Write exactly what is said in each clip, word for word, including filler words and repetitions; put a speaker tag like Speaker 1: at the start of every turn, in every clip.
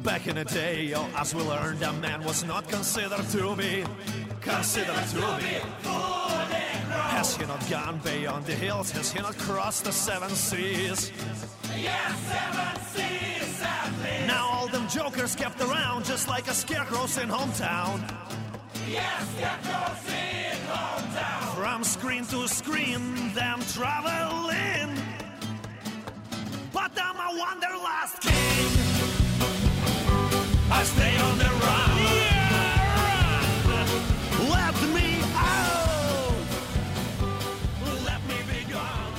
Speaker 1: Back in the day, oh, as we learned, a man was not considered to be considered to be. Has he not gone beyond the hills? Has he not crossed the seven seas?
Speaker 2: Yes, seven seas at least.
Speaker 1: Now all them jokers kept around just like a scarecrows in hometown.
Speaker 2: Yes, scarecrows in hometown.
Speaker 1: From screen to screen, them traveling. But I'm a wanderlust king. I stay on the run. Yeah, run. Let me out. Let me be gone.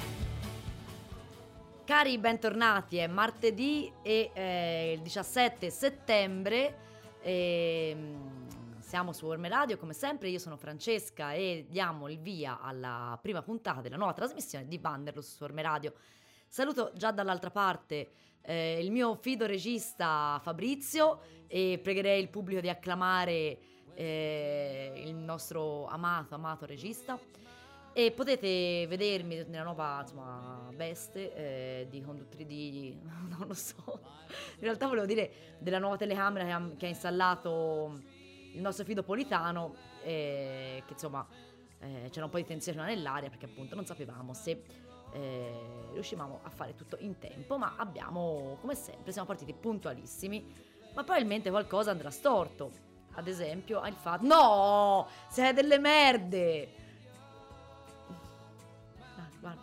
Speaker 3: Cari, bentornati, è martedì e eh, il diciassette settembre e, mm, siamo su Orme Radio come sempre. Io sono Francesca e diamo il via alla prima puntata della nuova trasmissione di Wanderlust su Orme Radio. Saluto già dall'altra parte eh, il mio fido regista Fabrizio e pregherei il pubblico di acclamare eh, il nostro amato, amato regista. E potete vedermi nella nuova, insomma, veste eh, di conduttrice di... non lo so. In realtà volevo dire della nuova telecamera che ha, che ha installato il nostro fido Politano, eh, che insomma eh, c'era un po' di tensione nell'aria perché appunto non sapevamo se eh, riuscivamo a fare tutto in tempo, ma abbiamo, come sempre, siamo partiti puntualissimi, ma probabilmente qualcosa andrà storto. Ad esempio il fatto... No! Siete delle merde! Guarda.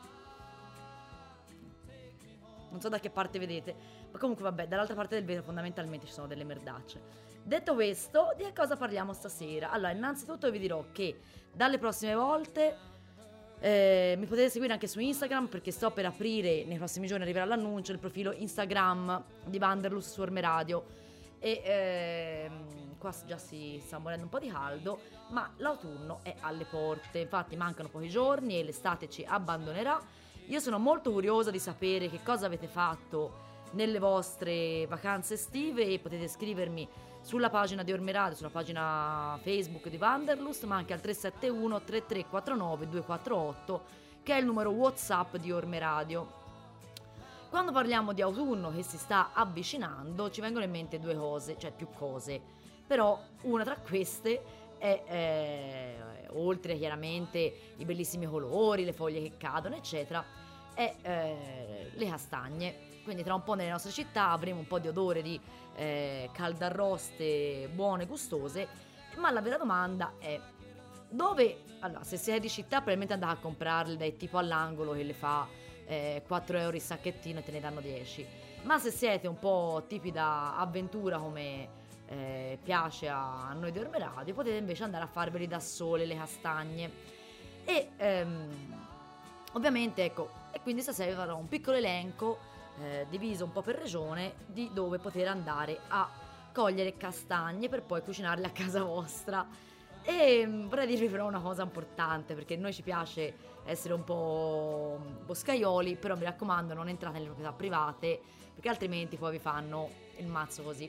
Speaker 3: Non so da che parte vedete, ma comunque vabbè, dall'altra parte del vetro fondamentalmente ci sono delle merdacce. Detto questo, di che cosa parliamo stasera? Allora, innanzitutto vi dirò che dalle prossime volte eh, mi potete seguire anche su Instagram, perché sto per aprire, nei prossimi giorni arriverà l'annuncio, il profilo Instagram di Wanderlust su Orme Radio. E ehm, qua già si sta morendo un po' di caldo, ma l'autunno è alle porte. Infatti mancano pochi giorni e l'estate ci abbandonerà. Io sono molto curiosa di sapere che cosa avete fatto nelle vostre vacanze estive e potete scrivermi sulla pagina di Orme Radio, sulla pagina Facebook di Wanderlust, ma anche al tre sette uno tre tre quattro nove due quattro otto, che è il numero WhatsApp di Orme Radio. Quando parliamo di autunno che si sta avvicinando ci vengono in mente due cose, cioè più cose, però una tra queste è, eh, oltre chiaramente i bellissimi colori, le foglie che cadono eccetera, è eh, le castagne. Quindi tra un po' nelle nostre città avremo un po' di odore di eh, caldarroste buone e gustose, ma la vera domanda è dove, allora se siete di città probabilmente andate a comprarle dai tipo all'angolo che le fa Eh, quattro euro il sacchettino e te ne danno dieci. Ma se siete un po' tipi da avventura come eh, piace a, a noi di Orme Radio, potete invece andare a farveli da sole le castagne. E ehm, ovviamente ecco, e quindi stasera vi farò un piccolo elenco eh, diviso un po' per regione di dove poter andare a cogliere castagne per poi cucinarle a casa vostra. E vorrei dirvi però una cosa importante, perché a noi ci piace essere un po' boscaioli, però mi raccomando non entrate nelle proprietà private, perché altrimenti poi vi fanno il mazzo così.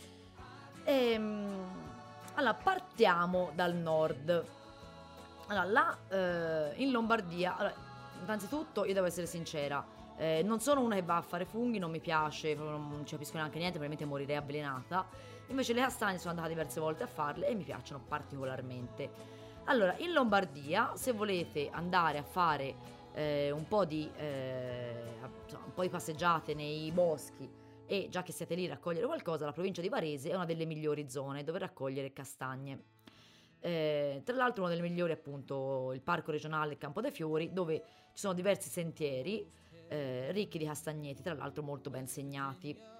Speaker 3: E, allora partiamo dal nord. Allora là eh, in Lombardia, allora, innanzitutto io devo essere sincera, eh, non sono una che va a fare funghi, non mi piace, non ci capisco neanche niente, probabilmente morirei avvelenata. Invece le castagne sono andata diverse volte a farle e mi piacciono particolarmente. Allora, in Lombardia, se volete andare a fare eh, un po' di eh, insomma, un po' di passeggiate nei boschi e già che siete lì a raccogliere qualcosa, la provincia di Varese è una delle migliori zone dove raccogliere castagne. Eh, tra l'altro uno delle migliori è appunto il parco regionale Campo dei Fiori, dove ci sono diversi sentieri eh, ricchi di castagneti, tra l'altro molto ben segnati.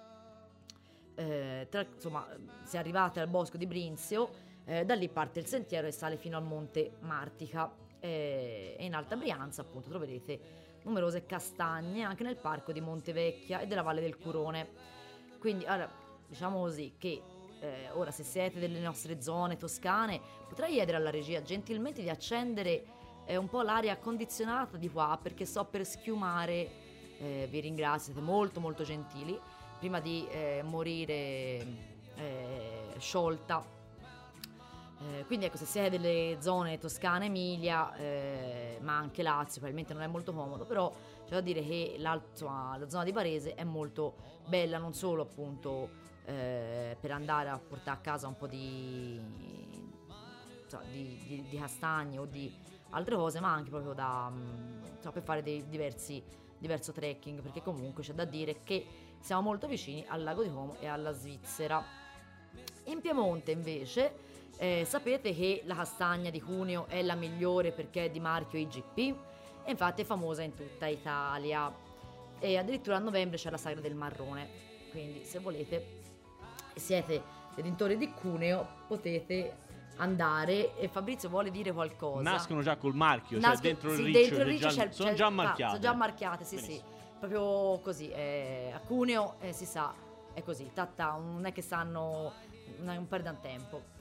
Speaker 3: Eh, tra, insomma, se arrivate al bosco di Brinzio, eh, da lì parte il sentiero e sale fino al monte Martica, eh, e in Alta Brianza appunto troverete numerose castagne anche nel parco di Montevecchia e della Valle del Curone. Quindi allora, diciamo così che eh, ora se siete delle nostre zone toscane potrei chiedere alla regia gentilmente di accendere eh, un po' l'aria condizionata di qua, perché sto per schiumare. Eh, vi ringrazio, siete molto molto gentili. Prima di eh, morire eh, sciolta Eh, quindi ecco, se siete delle zone Toscana, Emilia, eh, ma anche Lazio, probabilmente non è molto comodo, però c'è da dire che insomma, la zona di Varese è molto bella, non solo appunto eh, per andare a portare a casa un po' di, insomma, di, di, di castagne o di altre cose, ma anche proprio da, insomma, per fare dei diversi diverso trekking, perché comunque c'è da dire che siamo molto vicini al lago di Como e alla Svizzera. In Piemonte invece Eh, sapete che la castagna di Cuneo è la migliore perché è di marchio I G P e infatti è famosa in tutta Italia, e addirittura a novembre c'è la sagra del marrone, quindi se volete siete dei dintorni di Cuneo potete andare. E Fabrizio vuole dire qualcosa.
Speaker 4: Nascono già col marchio,
Speaker 3: Nasco,
Speaker 4: cioè dentro
Speaker 3: sì,
Speaker 4: il
Speaker 3: dentro
Speaker 4: riccio,
Speaker 3: il riccio
Speaker 4: già,
Speaker 3: c'è,
Speaker 4: sono
Speaker 3: c'è,
Speaker 4: già
Speaker 3: ah,
Speaker 4: marchiate.
Speaker 3: sono già marchiate, sì.
Speaker 4: Benissimo.
Speaker 3: Sì, proprio così, eh, a Cuneo eh, si sa, è così, tatta, non è che sanno, non perdono tempo.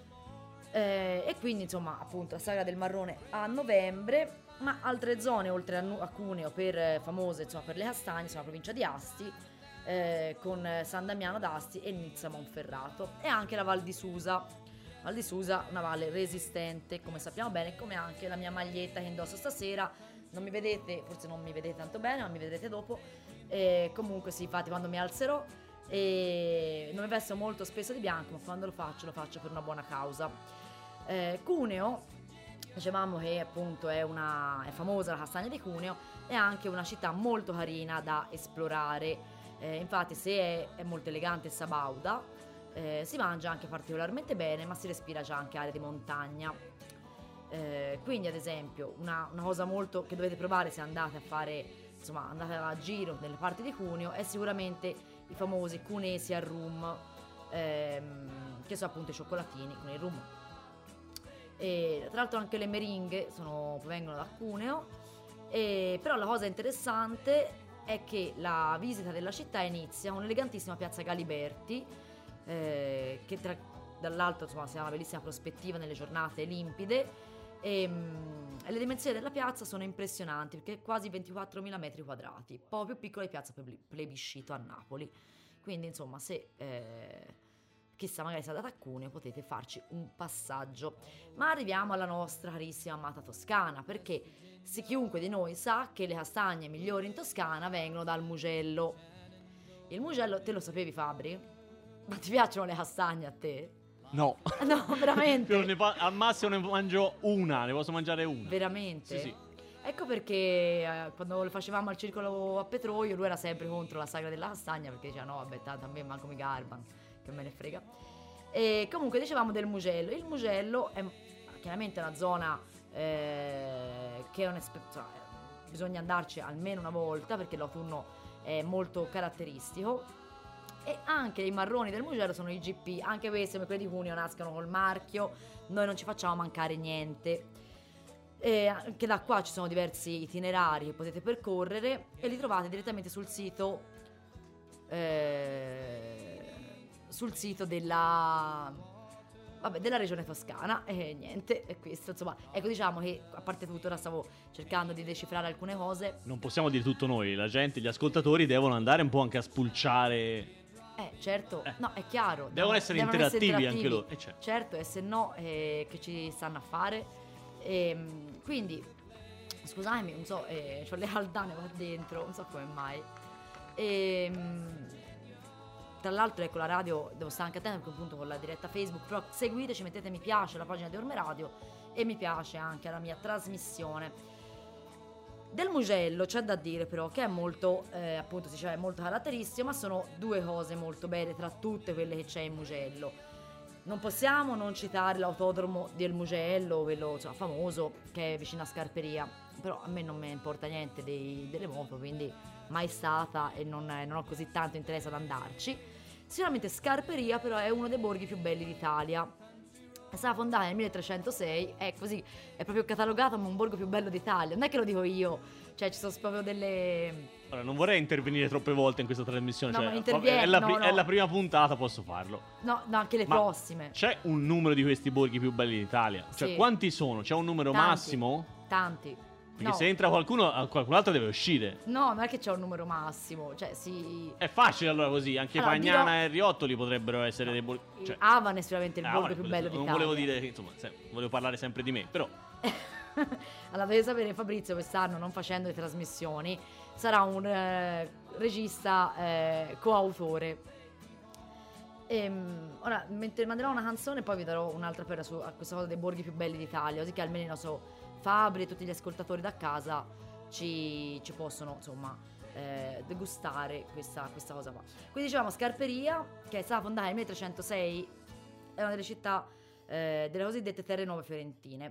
Speaker 3: Eh, e quindi insomma appunto la sagra del marrone a novembre, ma altre zone oltre a, Nu- a Cuneo per eh, famose insomma per le castagne sono la provincia di Asti eh, con San Damiano d'Asti e Nizza Monferrato, e anche la Val di Susa. Val di Susa, una valle resistente come sappiamo bene, come anche la mia maglietta che indosso stasera. Non mi vedete, forse non mi vedete tanto bene, ma mi vedrete dopo. Eh, comunque sì, infatti quando mi alzerò, e non mi vesto molto spesso di bianco, ma quando lo faccio lo faccio per una buona causa. Eh, Cuneo, dicevamo che appunto è, una, è famosa la castagna di Cuneo, è anche una città molto carina da esplorare, eh, infatti se è, è molto elegante e sabauda, eh, si mangia anche particolarmente bene, ma si respira già anche aria di montagna. Eh, quindi ad esempio una, una cosa molto che dovete provare se andate a fare, insomma andate a giro nelle parti di Cuneo, è sicuramente i famosi cunesi al rum, ehm, che sono appunto i cioccolatini con il rum. E tra l'altro anche le meringhe sono, provengono da Cuneo, e, però la cosa interessante è che la visita della città inizia con un'elegantissima piazza Galiberti, eh, che tra, dall'alto insomma si ha una bellissima prospettiva nelle giornate limpide, e, mh, e le dimensioni della piazza sono impressionanti perché è quasi ventiquattromila metri quadrati, un po' più piccola di piazza Plebiscito a Napoli. Quindi insomma se eh, chissà, magari se andate a Cuneo potete farci un passaggio. Ma arriviamo alla nostra carissima amata Toscana, perché se chiunque di noi sa che le castagne migliori in Toscana vengono dal Mugello. Il Mugello, te lo sapevi Fabri? Ma ti piacciono le castagne a te?
Speaker 4: No.
Speaker 3: No, veramente?
Speaker 4: ne pa- al massimo ne mangio una, ne posso mangiare una.
Speaker 3: Veramente?
Speaker 4: Sì, sì.
Speaker 3: Ecco perché eh, quando lo facevamo al circolo a Petroio lui era sempre contro la sagra della castagna, perché diceva no vabbè tanto a me manco mi garban, che me ne frega. E comunque dicevamo del Mugello. Il Mugello è chiaramente una zona eh, che è un'esperienza, bisogna andarci almeno una volta perché l'autunno è molto caratteristico, e anche i marroni del Mugello sono I G P, anche questi come quelli di Cuneo nascono col marchio, noi non ci facciamo mancare niente. E anche da qua ci sono diversi itinerari che potete percorrere e li trovate direttamente sul sito eh, sul sito della vabbè della regione toscana, e niente, e questo insomma, ecco, diciamo che a parte tutto ora stavo cercando di decifrare alcune cose.
Speaker 4: Non possiamo dire tutto noi, la gente, gli ascoltatori devono andare un po' anche a spulciare.
Speaker 3: Eh certo,
Speaker 4: Eh.
Speaker 3: no, è chiaro,
Speaker 4: Devono essere interattivi anche loro, eh, certo.
Speaker 3: certo, e se no eh, che ci stanno a fare. E, quindi scusatemi, non so, eh, ho le aldane qua dentro, non so come mai. E, tra l'altro ecco, la radio devo stare anche attenta perché appunto con la diretta Facebook, però seguiteci, mettete mi piace alla pagina di Orme Radio e mi piace anche alla mia trasmissione. Del Mugello c'è da dire però che è molto, eh, appunto si dice, è molto caratteristico, ma sono due cose molto belle tra tutte quelle che c'è in Mugello. Non possiamo non citare l'autodromo del Mugello, quello insomma, famoso, che è vicino a Scarperia, però a me non mi importa niente dei, delle moto, quindi mai stata e non, non ho così tanto interesse ad andarci. Sicuramente Scarperia però è uno dei borghi più belli d'Italia. È stata fondata nel milletrecentosei, è così, è proprio catalogato come un borgo più bello d'Italia. Non è che lo dico io, cioè ci sono proprio delle...
Speaker 4: Ora, non vorrei intervenire troppe volte in questa trasmissione,
Speaker 3: No,
Speaker 4: cioè,
Speaker 3: ma intervieni,
Speaker 4: è, la pri-
Speaker 3: no, no.
Speaker 4: è la prima puntata, posso farlo.
Speaker 3: No, no, anche le
Speaker 4: Ma
Speaker 3: prossime.
Speaker 4: C'è un numero di questi borghi più belli d'Italia? Cioè,
Speaker 3: Sì.
Speaker 4: quanti sono? C'è un numero
Speaker 3: Tanti.
Speaker 4: massimo?
Speaker 3: Tanti.
Speaker 4: Perché
Speaker 3: No.
Speaker 4: se entra qualcuno, qualcun altro deve uscire.
Speaker 3: No, non è che c'è un numero massimo, cioè si...
Speaker 4: È facile allora così, anche
Speaker 3: Allora,
Speaker 4: Pagnana
Speaker 3: dirò-
Speaker 4: e Riottoli potrebbero essere dei borghi. Cioè,
Speaker 3: Avan è sicuramente il
Speaker 4: ah,
Speaker 3: borgo
Speaker 4: vabbè,
Speaker 3: più bello
Speaker 4: non
Speaker 3: d'Italia.
Speaker 4: volevo dire, insomma, se- volevo parlare sempre di me, però.
Speaker 3: Allora, dovete sapere, Fabrizio quest'anno, non facendo le trasmissioni, sarà un eh, regista eh, coautore. Ehm, ora, mentre manderò una canzone, poi vi darò un'altra per su a questa cosa dei borghi più belli d'Italia, così che almeno il nostro Fabri e tutti gli ascoltatori da casa ci, ci possono, insomma, eh, degustare questa, questa cosa qua. Quindi dicevamo Scarperia, che è stata fondata nel milletrecentosei, è una delle città eh, delle cosiddette terre nuove fiorentine.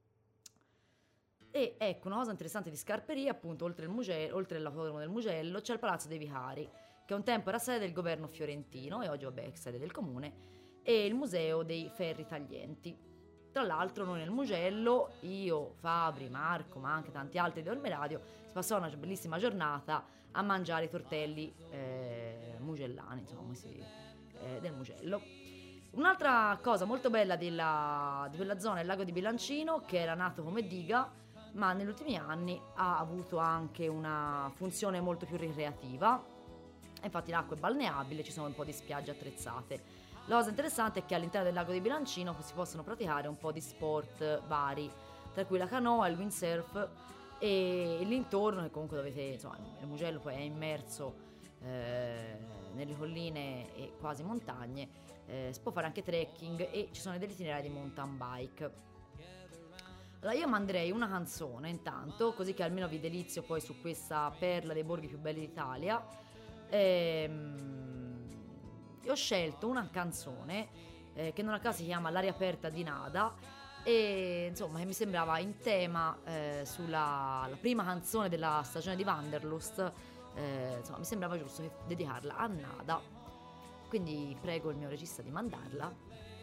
Speaker 3: E ecco, una cosa interessante di Scarperia, appunto, oltre il Mugello, oltre l'autodromo del Mugello, c'è il Palazzo dei Vicari, che un tempo era sede del governo fiorentino e oggi vabbè è sede del comune, e il Museo dei Ferri Taglienti. Tra l'altro noi nel Mugello, io, Fabri, Marco, ma anche tanti altri di Orme Radio, si passò una bellissima giornata a mangiare i tortelli eh, mugellani, insomma, sì, eh, del Mugello. Un'altra cosa molto bella della, di quella zona è il lago di Bilancino, che era nato come diga, ma negli ultimi anni ha avuto anche una funzione molto più ricreativa. Infatti l'acqua è balneabile, ci sono un po' di spiagge attrezzate. La cosa interessante è che all'interno del lago di Bilancino si possono praticare un po' di sport vari, tra cui la canoa, il windsurf e l'intorno, che comunque dovete, insomma, il Mugello poi è immerso eh, nelle colline e quasi montagne, eh, si può fare anche trekking e ci sono degli itinerari di mountain bike. Allora io manderei una canzone intanto, così che almeno vi delizio poi su questa perla dei borghi più belli d'Italia. Ehm, ho scelto una canzone eh, che non a caso si chiama L'aria aperta di Nada, e insomma che mi sembrava in tema eh, sulla la prima canzone della stagione di Wanderlust, eh, insomma mi sembrava giusto che dedicarla a Nada, quindi prego il mio regista di mandarla.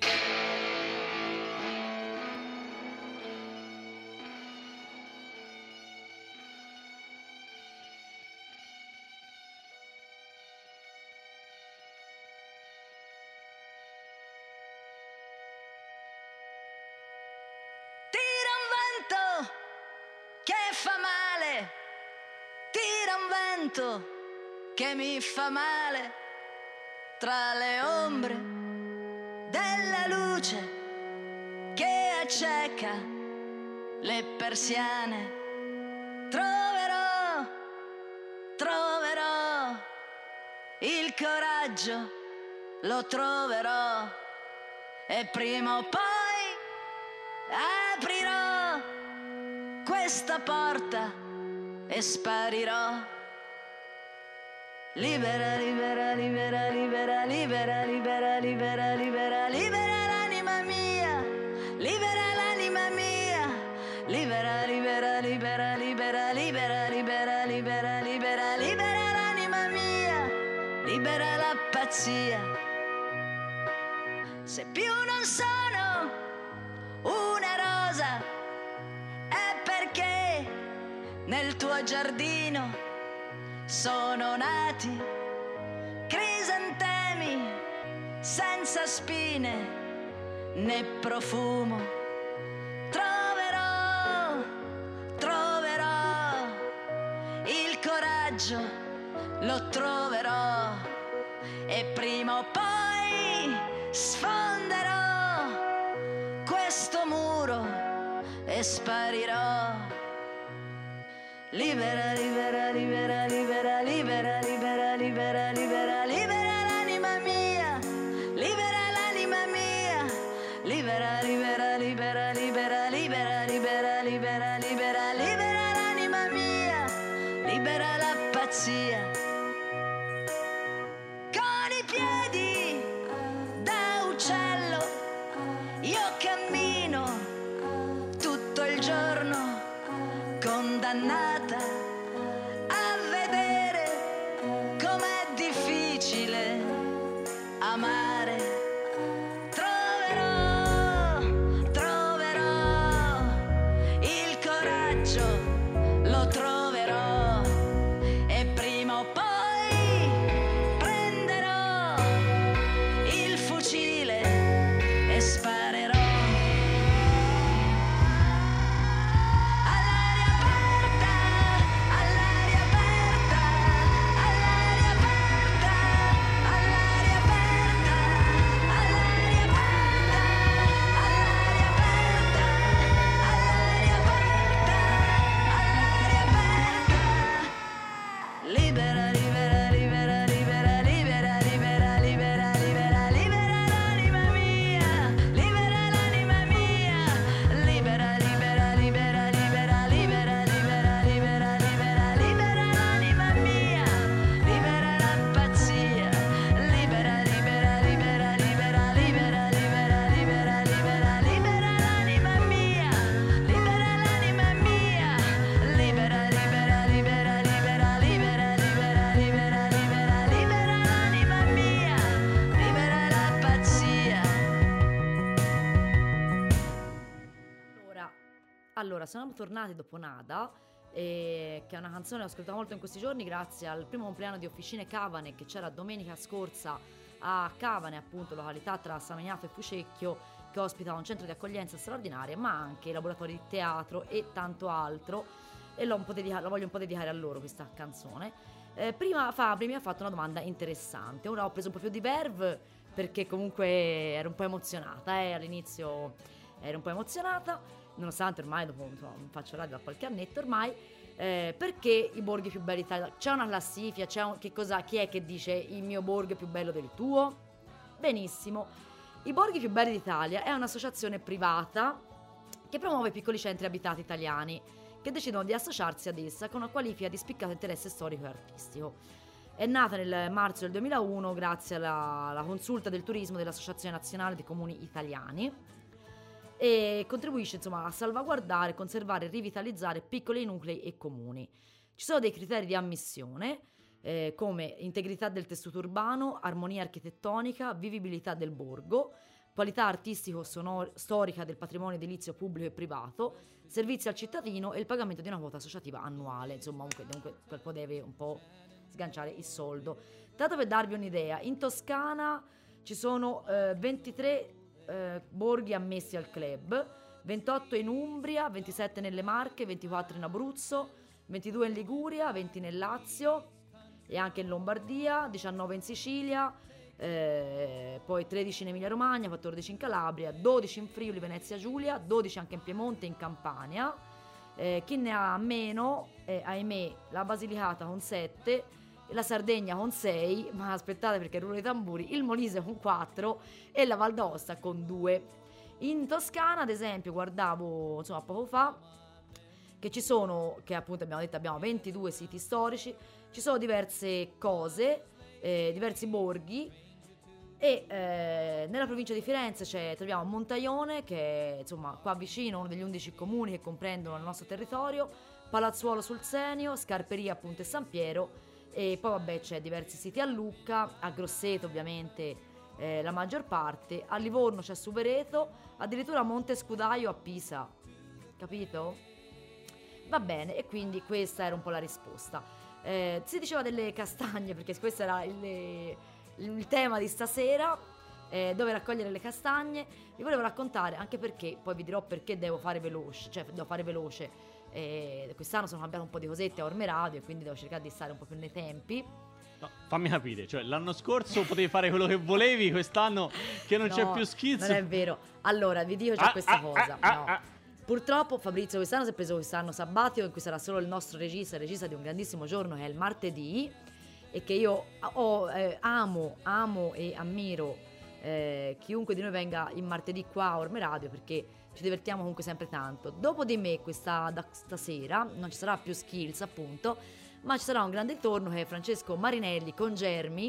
Speaker 5: Che mi fa male tra le ombre della luce che acceca le persiane. Troverò, troverò il coraggio, lo troverò e prima o poi aprirò questa porta e sparirò. Libera, libera, libera, libera, libera, libera, libera, libera, libera l'anima mia, libera l'anima mia, libera, libera, libera, libera, libera, libera, libera, libera, libera l'anima mia, libera la pazzia. Se più non sono una rosa è perché nel tuo giardino sono nati crisantemi senza spine né profumo. Troverò, troverò il coraggio, lo troverò e prima o poi sfonderò questo muro e sparirò. Libera, libera, libera, libera, libera, libera, libera, libera, libera l'anima mia, libera l'anima mia, libera, libera, libera, libera, libera, libera, libera, libera, libera l'anima mia, libera la pazzia. Con i piedi da uccello io cammino tutto il giorno, condannata a vedere
Speaker 3: allora siamo tornati dopo Nada, eh, che è una canzone che ho ascoltato molto in questi giorni grazie al primo compleanno di Officine Cavane che c'era domenica scorsa a Cavane, appunto località tra Samegnato e Fucecchio, che ospita un centro di accoglienza straordinario, ma anche laboratori di teatro e tanto altro, e l'ho un po' dedica- la voglio un po' dedicare a loro questa canzone. Eh, prima Fabri mi ha fatto una domanda interessante, ora ho preso un po' più di verve perché comunque ero un po' emozionata, eh, all'inizio ero un po' emozionata, nonostante ormai dopo insomma, faccio radio da qualche annetto ormai, eh, perché i borghi più belli d'Italia, c'è una classifica, c'è un, che cosa, chi è che dice il mio borgo è più bello del tuo? Benissimo, i borghi più belli d'Italia è un'associazione privata che promuove piccoli centri abitati italiani che decidono di associarsi ad essa con una qualifica di spiccato interesse storico e artistico. È nata nel marzo del duemilauno grazie alla, alla consulta del turismo dell'Associazione Nazionale dei Comuni Italiani e contribuisce insomma a salvaguardare, conservare e rivitalizzare piccoli nuclei e comuni. Ci sono dei criteri di ammissione eh, come integrità del tessuto urbano, armonia architettonica, vivibilità del borgo, qualità artistico-storica del patrimonio edilizio pubblico e privato, servizi al cittadino e il pagamento di una quota associativa annuale. Insomma, comunque, comunque qualcuno deve un po' sganciare il soldo. Tanto per darvi un'idea, in Toscana ci sono eh, ventitré eh, borghi ammessi al club, ventotto in Umbria, ventisette nelle Marche, ventiquattro in Abruzzo, ventidue in Liguria, venti nel Lazio e anche in Lombardia, diciannove in Sicilia, eh, poi tredici in Emilia Romagna, quattordici in Calabria, dodici in Friuli Venezia Giulia, dodici anche in Piemonte e in Campania. Eh, chi ne ha meno, eh, ahimè, la Basilicata con sette, la Sardegna con sei, ma aspettate perché rullo i tamburi, il Molise con quattro e la Val d'Aosta con due. In Toscana, ad esempio, guardavo insomma poco fa che ci sono, che appunto abbiamo detto abbiamo ventidue siti storici, ci sono diverse cose, eh, diversi borghi. E eh, nella provincia di Firenze c'è, troviamo Montaione, che è insomma qua vicino, uno degli undici comuni che comprendono il nostro territorio, Palazzuolo sul Senio, Scarperia appunto e San Piero, e poi vabbè c'è diversi siti a Lucca, a Grosseto ovviamente eh, la maggior parte, a Livorno c'è Suvereto, addirittura a Monte Scudaio a Pisa, capito? Va bene, e quindi questa era un po' la risposta. Eh, si diceva delle castagne, perché questo era il... il tema di stasera, eh, dove raccogliere le castagne. Vi volevo raccontare, anche perché poi vi dirò perché devo fare veloce, cioè devo fare veloce, eh, quest'anno sono cambiate un po' di cosette a Orme Radio e quindi devo cercare di stare un po' più nei tempi.
Speaker 4: No, fammi capire, cioè l'anno scorso potevi fare quello che volevi, quest'anno che non
Speaker 3: No,
Speaker 4: c'è più schizzo.
Speaker 3: non è vero. Allora vi dico c'è
Speaker 4: Ah,
Speaker 3: questa
Speaker 4: ah,
Speaker 3: cosa
Speaker 4: ah,
Speaker 3: no.
Speaker 4: ah.
Speaker 3: Purtroppo Fabrizio quest'anno si è preso quest'anno sabbatico in cui sarà solo il nostro regista, il regista di un grandissimo giorno che è il martedì, e che io ho, eh, amo, amo e ammiro eh, chiunque di noi venga il martedì qua a Orme Radio, perché ci divertiamo comunque sempre tanto. Dopo di me questa da, stasera non ci sarà più Skills appunto, ma ci sarà un grande ritorno che è Francesco Marinelli con Germi,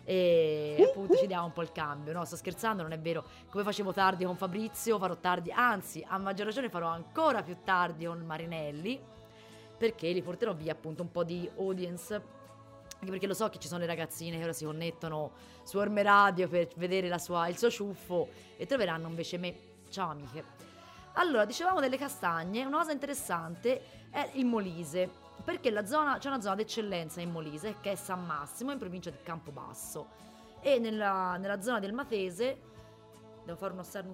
Speaker 3: e appunto ci diamo un po' il cambio. No, sto scherzando, non è vero. Come facevo tardi con Fabrizio farò tardi, anzi a maggior ragione farò ancora più tardi con Marinelli, perché li porterò via appunto un po' di audience, anche perché lo so che ci sono le ragazzine che ora si connettono su Orme Radio per vedere la sua, il suo ciuffo e troveranno invece me. Ciao amiche. Allora, dicevamo delle castagne, una cosa interessante è il Molise, perché la zona, c'è una zona d'eccellenza in Molise che è San Massimo in provincia di Campobasso, e nella, nella zona del Matese, devo fare uno sterno,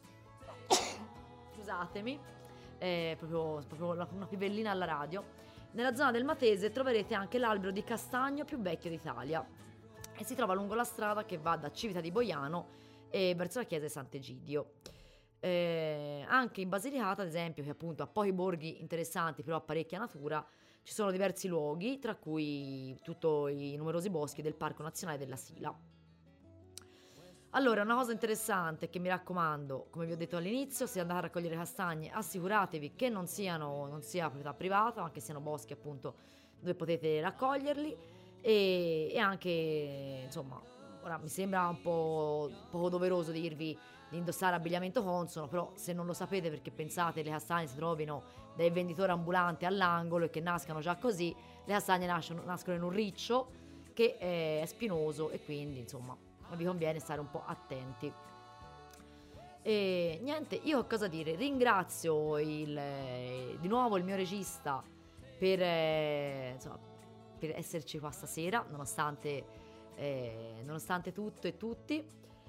Speaker 3: scusatemi, è proprio, proprio una, una pivellina alla radio. Nella zona del Matese troverete anche l'albero di castagno più vecchio d'Italia e si trova lungo la strada che va da Civita di Boiano e verso la chiesa di Sant'Egidio. Eh, anche in Basilicata, ad esempio, che appunto ha pochi borghi interessanti però ha parecchia natura, ci sono diversi luoghi, tra cui tutti i numerosi boschi del Parco Nazionale della Sila. Allora, una cosa interessante che mi raccomando, come vi ho detto all'inizio, se andate a raccogliere castagne assicuratevi che non siano, non sia proprietà privata, ma che siano boschi appunto dove potete raccoglierli, e, e anche insomma, ora mi sembra un po' poco doveroso dirvi di indossare abbigliamento consono, però se non lo sapete perché pensate le castagne si trovino dai venditori ambulanti all'angolo e che nascano già così, le castagne nascono, nascono in un riccio che è spinoso e quindi insomma vi conviene stare un po' attenti. E niente, io ho cosa dire, ringrazio il, eh, di nuovo il mio regista per, eh, insomma, per esserci qua stasera, nonostante, eh, nonostante tutto e tutti.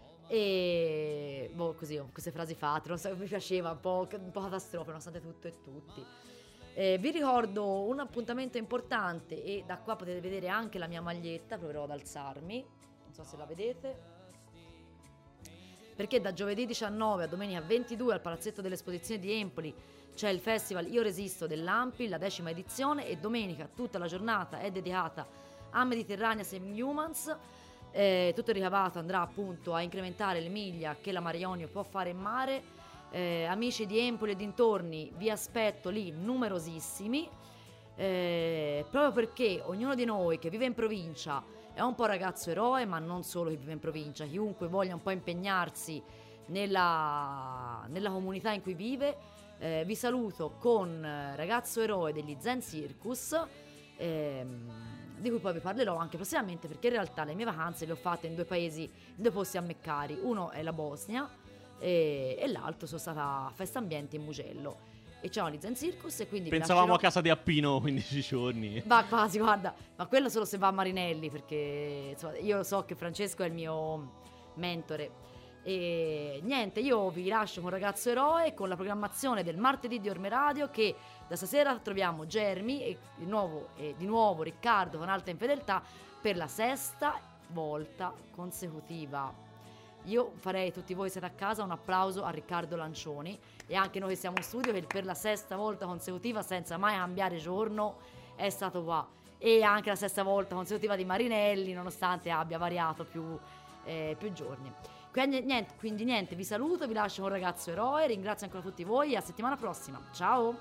Speaker 3: E boh, così, queste frasi fatte, non so, mi piaceva, un po', un po' catastrofe, nonostante tutto e tutti. Eh, vi ricordo un appuntamento importante, e da qua potete vedere anche la mia maglietta, proverò ad alzarmi, non so se la vedete, perché da giovedì diciannove a domenica ventidue al Palazzetto delle Esposizioni di Empoli c'è il festival Io Resisto dell'Ampi, la decima edizione, e domenica tutta la giornata è dedicata a Mediterranea Semi-Humans. Eh, tutto il ricavato andrà appunto a incrementare le miglia che la Mare Ionio può fare in mare. Eh, amici di Empoli e dintorni, vi aspetto lì numerosissimi, eh, proprio perché ognuno di noi che vive in provincia è un po' ragazzo eroe, ma non solo chi vive in provincia, chiunque voglia un po' impegnarsi nella, nella comunità in cui vive. Eh, vi saluto con Ragazzo Eroe degli Zen Circus, ehm, di cui poi vi parlerò anche prossimamente, perché in realtà le mie vacanze le ho fatte in due paesi, in due posti a me cari. Uno è la Bosnia e, e l'altro sono stata a Festa Ambiente in Mugello, e c'erano gli Zen Circus, e quindi
Speaker 4: pensavamo
Speaker 3: lascerò...
Speaker 4: a casa di Appino quindici giorni.
Speaker 3: Va quasi, guarda, ma quello solo se va a Marinelli, perché insomma, io so che Francesco è il mio mentore. E niente, io vi lascio con Ragazzo Eroe, con la programmazione del martedì di Orme Radio, che da stasera troviamo Germi e di nuovo, e di nuovo Riccardo con Alta Infedeltà per la sesta volta consecutiva. Io farei, tutti voi siete a casa, un applauso a Riccardo Lancioni, e anche noi che siamo in studio, che per la sesta volta consecutiva, senza mai cambiare giorno, è stato qua. E anche la sesta volta consecutiva di Marinelli, nonostante abbia variato più, eh, più giorni. Quindi niente, quindi niente, vi saluto, vi lascio un Ragazzo Eroe, ringrazio ancora tutti voi e a settimana prossima. Ciao!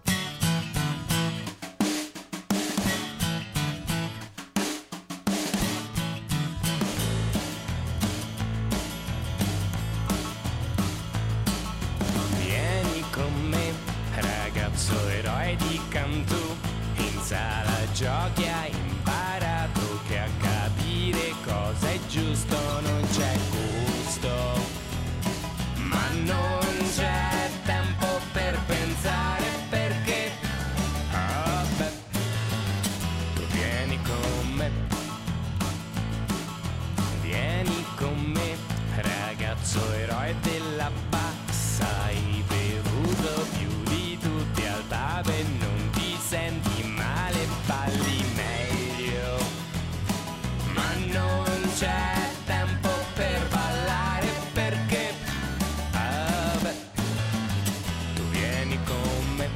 Speaker 6: Vieni con me, ragazzo eroe di Cantù, in sala giochi hai imparato che a capire cosa è giusto non c'è gusto, ma non c'è tempo per pensare, perché oh beh, tu vieni con me, vieni con me, ragazzo eroe della bassa, hai bevuto più di tutti al pub e non ti senti male, balli meglio, ma non c'è tempo per ballare, perché ah beh, tu vieni con me,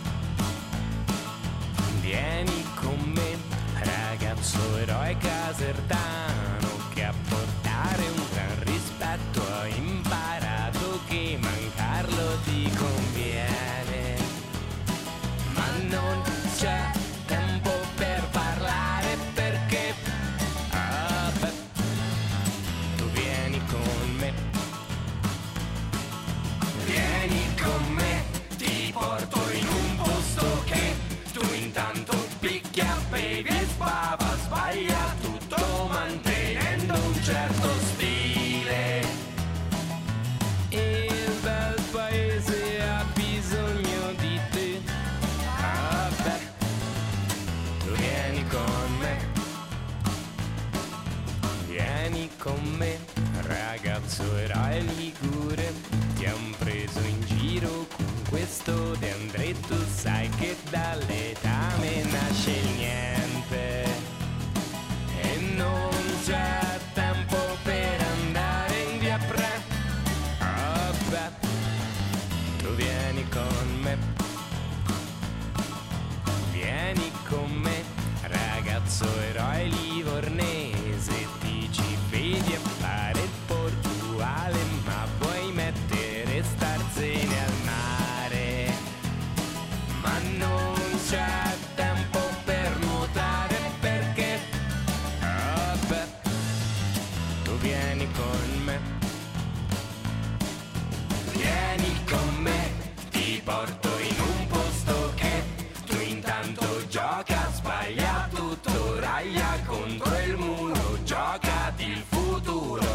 Speaker 6: vieni con me, ragazzo eroe casertano, che a portare un gran rispetto ha imparato che mancarlo ti conviene, ma non c'è tempo per parlare, perché ah beh, tu vieni con me, vieni con me, ti porto in un posto che tu intanto picchia, bevi e sbava, sbaglia tutto mantenendo un certo stile. Il bel paese ha bisogno di te, ah beh, tu vieni con me, vieni con me, ragazzo eroe ligure, ti han preso in giro con questo De André, tu sai che dall'etame nasce il niente e non c'è tempo per andare in via Pre, ah beh, tu vieni con me, vieni con me, ragazzo eroe livornese, ti ci vedi a fare il portuale, ma puoi mettere e starsene al mare, ma non c'è tempo per nuotare, perché ah beh, tu vieni con me, vieni con me, ti porto in un posto che tu intanto gioca, sbaglia tutto, raglia contro il muro, giocati il futuro,